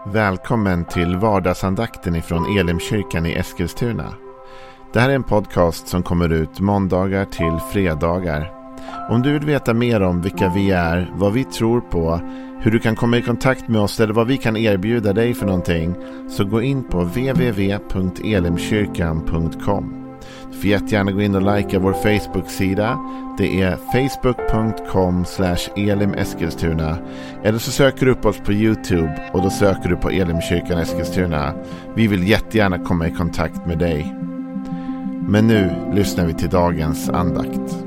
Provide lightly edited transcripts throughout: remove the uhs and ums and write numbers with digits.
Välkommen till vardagsandakten ifrån Elimkyrkan i Eskilstuna. Det här är en podcast som kommer ut måndagar till fredagar. Om du vill veta mer om vilka vi är, vad vi tror på, hur du kan komma i kontakt med oss eller vad vi kan erbjuda dig för någonting, så gå in på www.elimkyrkan.com. Du får jättegärna gå in och likea vår Facebook-sida. Det är facebook.com/elimeskilstuna. Eller så söker du upp oss på YouTube och då söker du på Elimkyrkan Eskilstuna. Vi vill jättegärna komma i kontakt med dig. Men nu lyssnar vi till dagens andakt.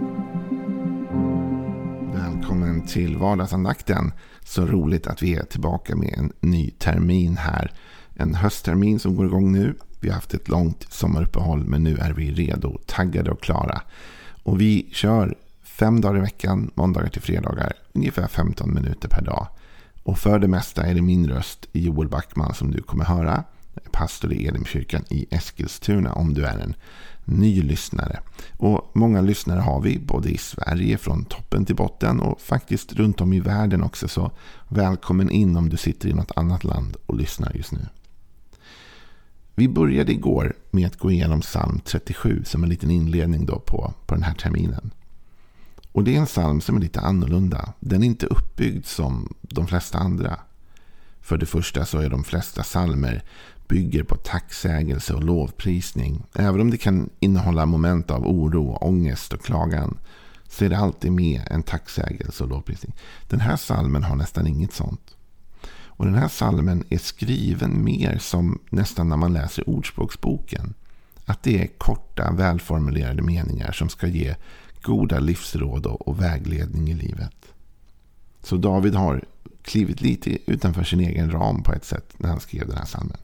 Välkommen till vardagsandakten. Så roligt att vi är tillbaka med en ny termin här. En hösttermin som går igång nu. Vi har haft ett långt sommaruppehåll, men nu är vi redo, taggade och klara. Och vi kör 5 dagar i veckan, måndagar till fredagar, ungefär 15 minuter per dag. Och för det mesta är det min röst, Joel Backman, som du kommer höra. Pastor i Elimkyrkan i Eskilstuna om du är en ny lyssnare. Och många lyssnare har vi, både i Sverige från toppen till botten och faktiskt runt om i världen också. Så välkommen in om du sitter i något annat land och lyssnar just nu. Vi började igår med att gå igenom psalm 37 som en liten inledning då på den här terminen. Och det är en psalm som är lite annorlunda. Den är inte uppbyggd som de flesta andra. För det första så är de flesta psalmer bygger på tacksägelse och lovprisning. Även om det kan innehålla moment av oro, ångest och klagan, så är det alltid med en tacksägelse och lovprisning. Den här psalmen har nästan inget sånt. Och den här psalmen är skriven mer som nästan när man läser ordspråksboken. Att det är korta, välformulerade meningar som ska ge goda livsråd och vägledning i livet. Så David har klivit lite utanför sin egen ram på ett sätt när han skrev den här psalmen.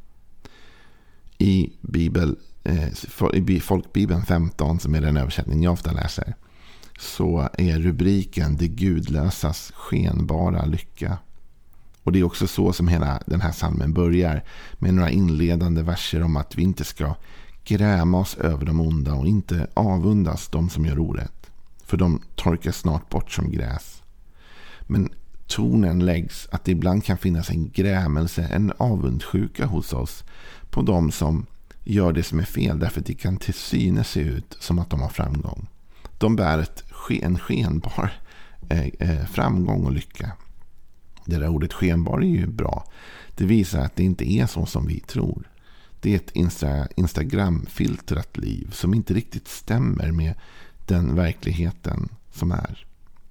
I Folkbibeln 15, som är den översättning jag ofta läser, så är rubriken "Det gudlösas skenbara lycka". Och det är också så som hela den här psalmen börjar, med några inledande verser om att vi inte ska gräma oss över de onda och inte avundas de som gör orätt. För de torkar snart bort som gräs. Men tonen läggs att det ibland kan finnas en grämelse, en avundsjuka hos oss på de som gör det som är fel, därför att det kan till synes se ut som att de har framgång. De bär en skenbar framgång och lycka. Det där ordet skenbar är ju bra. Det visar att det inte är så som vi tror. Det är ett Instagram-filtrat liv som inte riktigt stämmer med den verkligheten som är.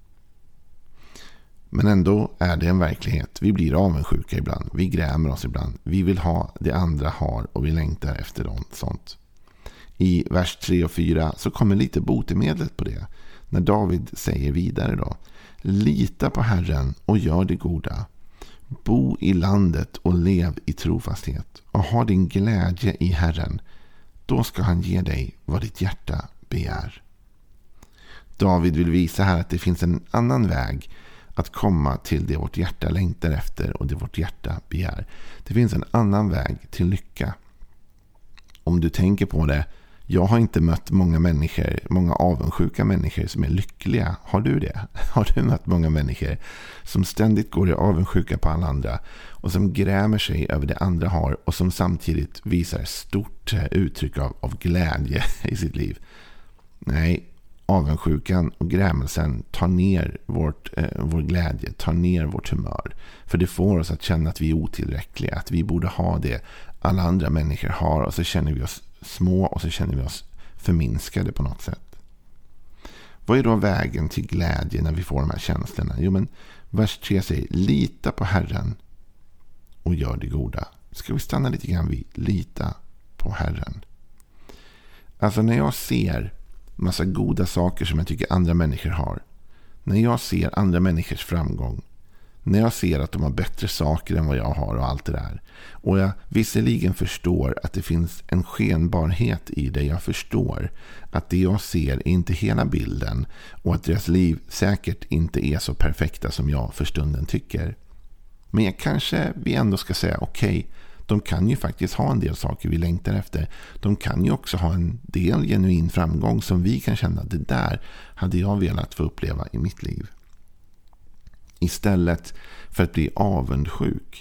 Men ändå är det en verklighet. Vi blir avundsjuka ibland. Vi grämer oss ibland. Vi vill ha det andra har och vi längtar efter sånt. I vers 3 och 4 så kommer lite botemedlet på det. När David säger vidare då: lita på Herren och gör det goda. Bo i landet och lev i trofasthet. Och ha din glädje i Herren. Då ska han ge dig vad ditt hjärta begär. David vill visa här att det finns en annan väg att komma till det vårt hjärta längtar efter och det vårt hjärta begär. Det finns en annan väg till lycka. Om du tänker på det, jag har inte mött många avundsjuka människor som är lyckliga. Har du det? Har du mött många människor som ständigt går i avundsjuka på alla andra och som grämer sig över det andra har och som samtidigt visar stort uttryck av glädje i sitt liv? Nej, avundsjukan och grämelsen tar ner vår glädje, tar ner vårt humör. För det får oss att känna att vi är otillräckliga, att vi borde ha det alla andra människor har, och så känner vi oss små och så känner vi oss förminskade på något sätt. Vad är då vägen till glädje när vi får de här känslorna? Jo, men vers 3 säger: lita på Herren och gör det goda. Ska vi stanna lite grann vid lita på Herren? Alltså när jag ser massa goda saker som jag tycker andra människor har, när jag ser andra människors framgång, när jag ser att de har bättre saker än vad jag har och allt det där, och jag visserligen förstår att det finns en skenbarhet i det, jag förstår att det jag ser är inte hela bilden och att deras liv säkert inte är så perfekta som jag för stunden tycker. Men kanske vi ändå ska säga okej, de kan ju faktiskt ha en del saker vi längtar efter. De kan ju också ha en del genuin framgång som vi kan känna, det där hade jag velat få uppleva i mitt liv. Istället för att bli avundsjuk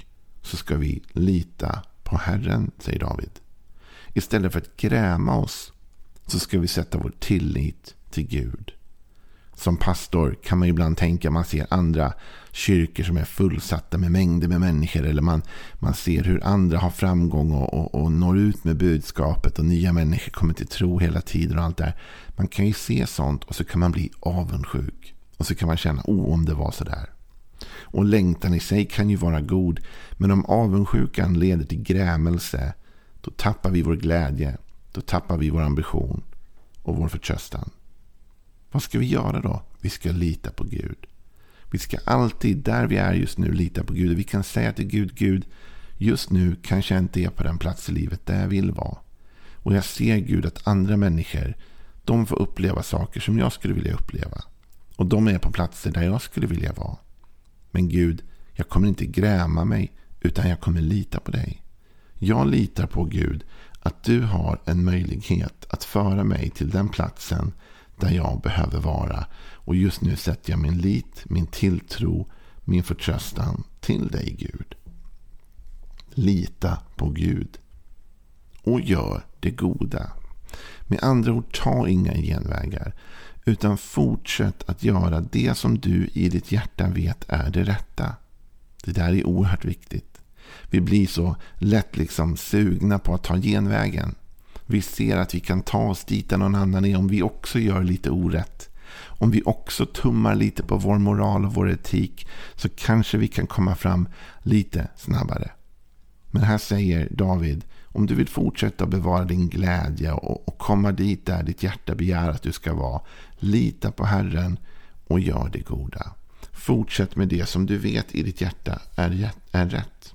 så ska vi lita på Herren, säger David. Istället för att gräma oss så ska vi sätta vår tillit till Gud. Som pastor kan man ibland tänka, man ser andra kyrkor som är fullsatta med mängder med människor, eller man ser hur andra har framgång och når ut med budskapet och nya människor kommer till tro hela tiden och allt där. Man kan ju se sånt och så kan man bli avundsjuk och så kan man känna, om det var så där. Och längtan i sig kan ju vara god, men om avundsjukan leder till grämelse, då tappar vi vår glädje, då tappar vi vår ambition och vår förtröstan. Vad ska vi göra då? Vi ska lita på Gud. Vi ska alltid, där vi är just nu, lita på Gud. Vi kan säga till Gud, just nu kanske jag inte är på den plats i livet där jag vill vara. Och jag ser Gud att andra människor, de får uppleva saker som jag skulle vilja uppleva. Och de är på platser där jag skulle vilja vara. Men Gud, jag kommer inte gräma mig, utan jag kommer lita på dig. Jag litar på Gud att du har en möjlighet att föra mig till den platsen där jag behöver vara. Och just nu sätter jag min lit, min tilltro, min förtröstan till dig, Gud. Lita på Gud. Och gör det goda. Med andra ord, ta inga genvägar. Utan fortsätt att göra det som du i ditt hjärta vet är det rätta. Det där är oerhört viktigt. Vi blir så lätt sugna på att ta genvägen. Vi ser att vi kan ta oss dit där någon annan är om vi också gör lite orätt. Om vi också tummar lite på vår moral och vår etik, så kanske vi kan komma fram lite snabbare. Men här säger David, om du vill fortsätta bevara din glädje och komma dit där ditt hjärta begär att du ska vara, lita på Herren och gör det goda. Fortsätt med det som du vet i ditt hjärta är rätt.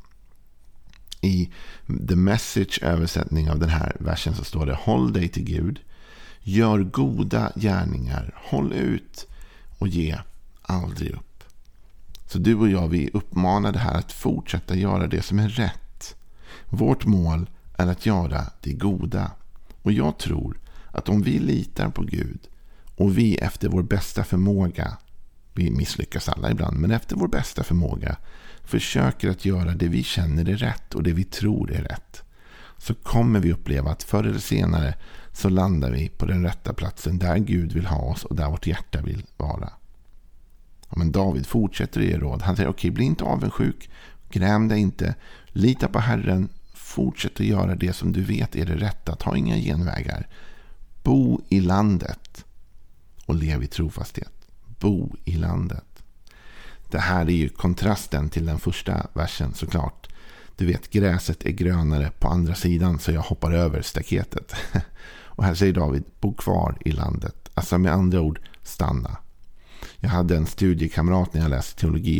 I The Message-översättning av den här versen så står det: håll dig till Gud, gör goda gärningar, håll ut och ge aldrig upp. Så du och jag, vi uppmanar det här att fortsätta göra det som är rätt. Vårt mål är att göra det goda. Och jag tror att om vi litar på Gud och vi efter vår bästa förmåga, vi misslyckas alla ibland, men efter vår bästa förmåga försöker att göra det vi känner är rätt och det vi tror är rätt, så kommer vi uppleva att förr eller senare så landar vi på den rätta platsen där Gud vill ha oss och där vårt hjärta vill vara. Ja, men David fortsätter i råd. Han säger, okej, bli inte avundsjuk, gräm dig inte, lita på Herren, fortsätt att göra det som du vet är det rätta, ta inga genvägar. Bo i landet och lev i trofasthet. Bo i landet. Det här är ju kontrasten till den första versen såklart. Du vet, gräset är grönare på andra sidan, så jag hoppar över staketet. Och här säger David, bo kvar i landet. Alltså med andra ord, stanna. Jag hade en studiekamrat när jag läste teologi.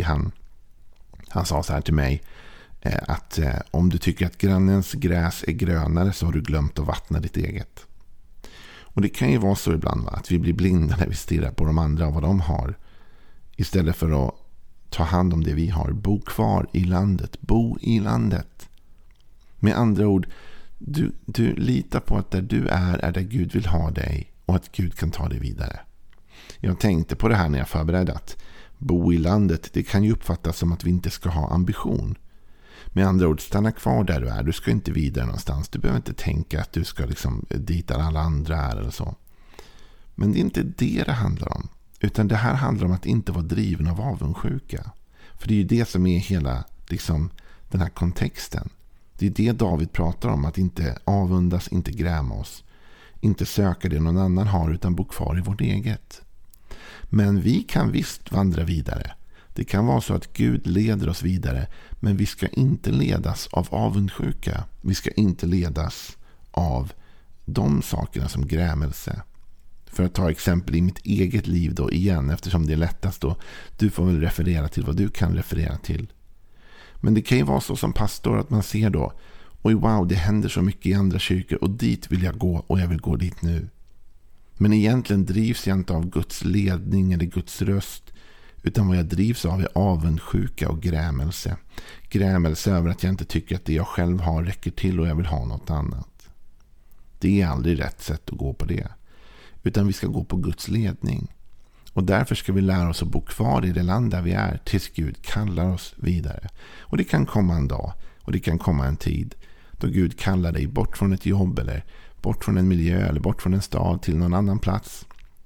Han sa så här till mig, att om du tycker att grannens gräs är grönare så har du glömt att vattna ditt eget. Och det kan ju vara så ibland, att vi blir blinda när vi stirrar på de andra och vad de har, istället för att ta hand om det vi har. Bo kvar i landet. Bo i landet. Med andra ord, du litar på att där du är där Gud vill ha dig och att Gud kan ta dig vidare. Jag tänkte på det här när jag förberedde, att bo i landet, det kan ju uppfattas som att vi inte ska ha ambition. Med andra ord, stanna kvar där du är. Du ska inte vidare någonstans. Du behöver inte tänka att du ska dit där alla andra är eller så. Men det är inte det handlar om. Utan det här handlar om att inte vara driven av avundsjuka. För det är ju det som är hela den här kontexten. Det är det David pratar om, att inte avundas, inte gräma oss. Inte söka det någon annan har, utan bo kvar i vårt eget. Men vi kan visst vandra vidare. Det kan vara så att Gud leder oss vidare, men vi ska inte ledas av avundsjuka. Vi ska inte ledas av de sakerna som grämelse. För att ta exempel i mitt eget liv då igen, eftersom det är lättast då. Du får väl referera till vad du kan referera till. Men det kan ju vara så som pastor att man ser då, oj wow, det händer så mycket i andra kyrkor och dit vill jag gå och jag vill gå dit nu. Men egentligen drivs jag inte av Guds ledning eller Guds röst, utan vad jag drivs av är avundsjuka och grämelse. Grämelse över att jag inte tycker att det jag själv har räcker till och jag vill ha något annat. Det är aldrig rätt sätt att gå på det. Utan vi ska gå på Guds ledning. Och därför ska vi lära oss att bo kvar i det land där vi är tills Gud kallar oss vidare. Och det kan komma en dag och det kan komma en tid då Gud kallar dig bort från ett jobb eller bort från en miljö eller bort från en stad till någon annan plats.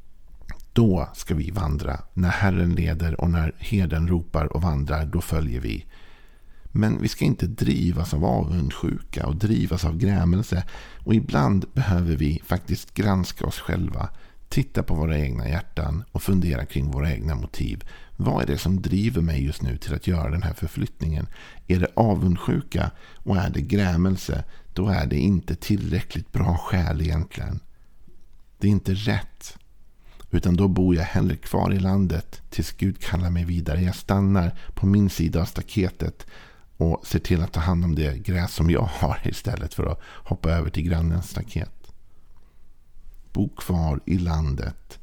Då ska vi vandra. När Herren leder och när herden ropar och vandrar, då följer vi. Men vi ska inte drivas av avundsjuka och drivas av grämelse. Och ibland behöver vi faktiskt granska oss själva. Titta på våra egna hjärtan och fundera kring våra egna motiv. Vad är det som driver mig just nu till att göra den här förflyttningen? Är det avundsjuka och är det grämelse, då är det inte tillräckligt bra skäl egentligen. Det är inte rätt. Utan då bor jag hellre kvar i landet tills Gud kallar mig vidare. Jag stannar på min sida av staketet och ser till att ta hand om det gräs som jag har istället för att hoppa över till grannens staket. Bo kvar i landet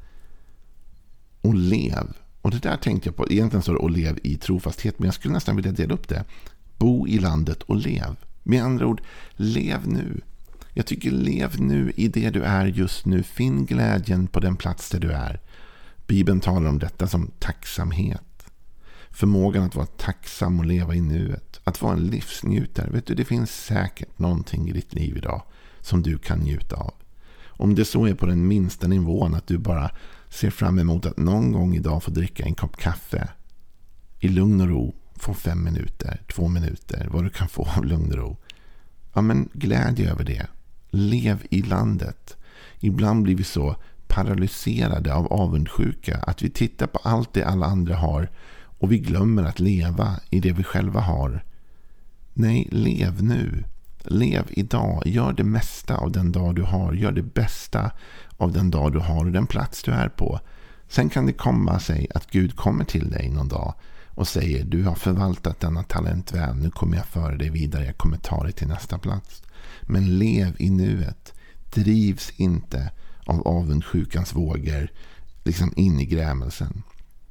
och lev. Och det där tänkte jag på. Egentligen står det och lev i trofasthet, men jag skulle nästan vilja dela upp det. Bo i landet och lev. Med andra ord, lev nu. Jag tycker lev nu i det du är just nu. Finn glädjen på den plats där du är. Bibeln talar om detta som tacksamhet. Förmågan att vara tacksam och leva i nuet. Att vara en livsnjutare. Vet du, det finns säkert någonting i ditt liv idag som du kan njuta av. Om det så är på den minsta nivån att du bara ser fram emot att någon gång idag få dricka en kopp kaffe i lugn och ro. Få 5 minuter, 2 minuter, vad du kan få av lugn och ro. Ja, men glädje över det. Lev i landet. Ibland blir vi så paralyserade av avundsjuka att vi tittar på allt det alla andra har och vi glömmer att leva i det vi själva har. Nej, lev nu. Lev idag. Gör det mesta av den dag du har. Gör det bästa av den dag du har och den plats du är på. Sen kan det komma sig att Gud kommer till dig någon dag och säger: du har förvaltat denna talent väl. Nu kommer jag föra dig vidare. Jag kommer ta dig till nästa plats. Men lev i nuet. Drivs inte av avundsjukans vågor liksom in i grämelsen.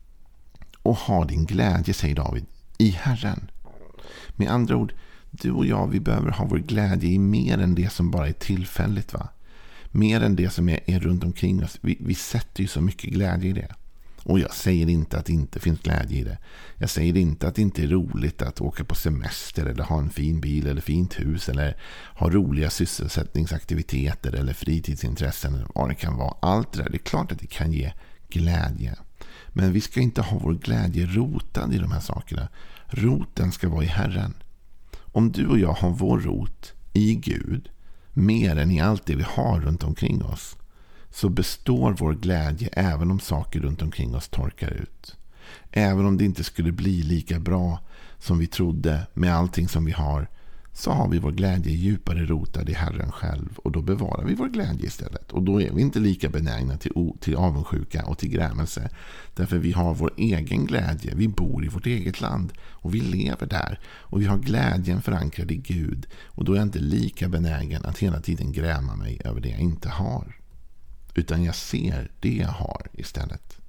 Och ha din glädje, säger David, i Herren. Med andra ord, du och jag, vi behöver ha vår glädje i mer än det som bara är tillfälligt, va? Mer än det som är runt omkring oss. Vi sätter ju så mycket glädje i det. Och jag säger inte att det inte finns glädje i det. Jag säger inte att det inte är roligt att åka på semester eller ha en fin bil eller fint hus eller ha roliga sysselsättningsaktiviteter eller fritidsintressen eller vad det kan vara. Allt det där, det är klart att det kan ge glädje. Men vi ska inte ha vår glädje rotad i de här sakerna. Roten ska vara i Herren. Om du och jag har vår rot i Gud mer än i allt det vi har runt omkring oss, så består vår glädje även om saker runt omkring oss torkar ut. Även om det inte skulle bli lika bra som vi trodde med allting som vi har, så har vi vår glädje djupare rotad i Herren själv, och då bevarar vi vår glädje istället. Och då är vi inte lika benägna till avundsjuka och till grämelse. Därför vi har vår egen glädje. Vi bor i vårt eget land och vi lever där. Och vi har glädjen förankrad i Gud. Och då är jag inte lika benägen att hela tiden gräma mig över det jag inte har. Utan jag ser det jag har istället.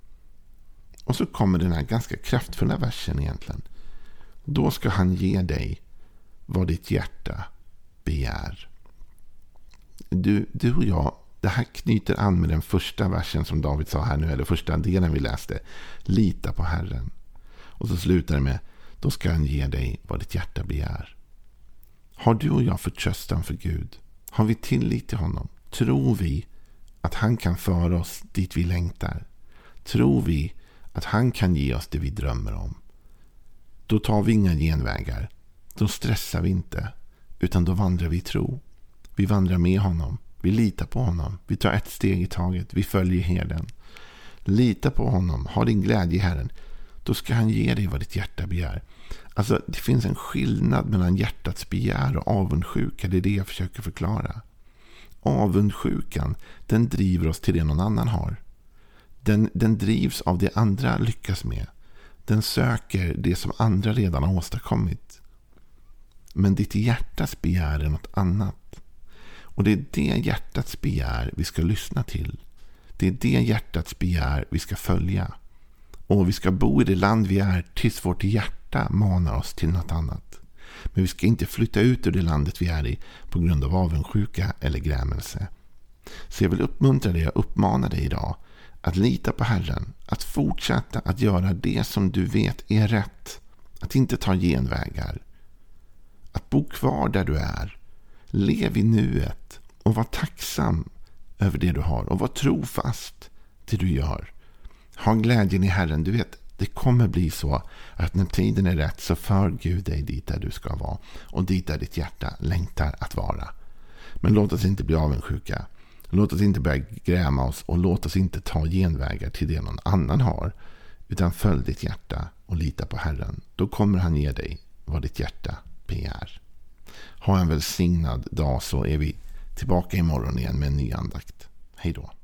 Och så kommer den här ganska kraftfulla versen egentligen. Då ska han ge dig vad ditt hjärta begär. Du och jag, det här knyter an med den första versen som David sa här nu, eller första delen vi läste. Lita på Herren. Och så slutar det med: då ska han ge dig vad ditt hjärta begär. Har du och jag förtröstan för Gud? Har vi tillit till honom? Tror vi att han kan föra oss dit vi längtar? Tror vi att han kan ge oss det vi drömmer om? Då tar vi inga genvägar. Då stressar vi inte, utan då vandrar vi i tro. Vi vandrar med honom. Vi litar på honom. Vi tar ett steg i taget. Vi följer herden. Lita på honom. Ha din glädje i Herren. Då ska han ge dig vad ditt hjärta begär. Alltså, det finns en skillnad mellan hjärtats begär och avundsjuka. Det är det jag försöker förklara. Avundsjukan, den driver oss till det någon annan har. Den drivs av det andra lyckas med. Den söker det som andra redan har åstadkommit. Men ditt hjärtas begär är något annat. Och det är det hjärtats begär vi ska lyssna till. Det är det hjärtats begär vi ska följa. Och vi ska bo i det land vi är tills vårt hjärta manar oss till något annat. Men vi ska inte flytta ut ur det landet vi är i på grund av avundsjuka eller grämelse. Så jag vill uppmuntra dig och uppmana dig idag att lita på Herren, att fortsätta att göra det som du vet är rätt, att inte ta genvägar, att bo kvar där du är, lev i nuet och var tacksam över det du har och var trofast till det du gör. Ha glädjen i Herren. Du vet, det kommer bli så att när tiden är rätt så för Gud dig dit där du ska vara och dit där ditt hjärta längtar att vara. Men låt oss inte bli avundsjuka. Låt oss inte börja gräma oss och låt oss inte ta genvägar till det någon annan har, utan följ ditt hjärta och lita på Herren. Då kommer han ge dig vad ditt hjärta begär. Ha en välsignad dag, så är vi tillbaka imorgon igen med en ny andakt. Hej då.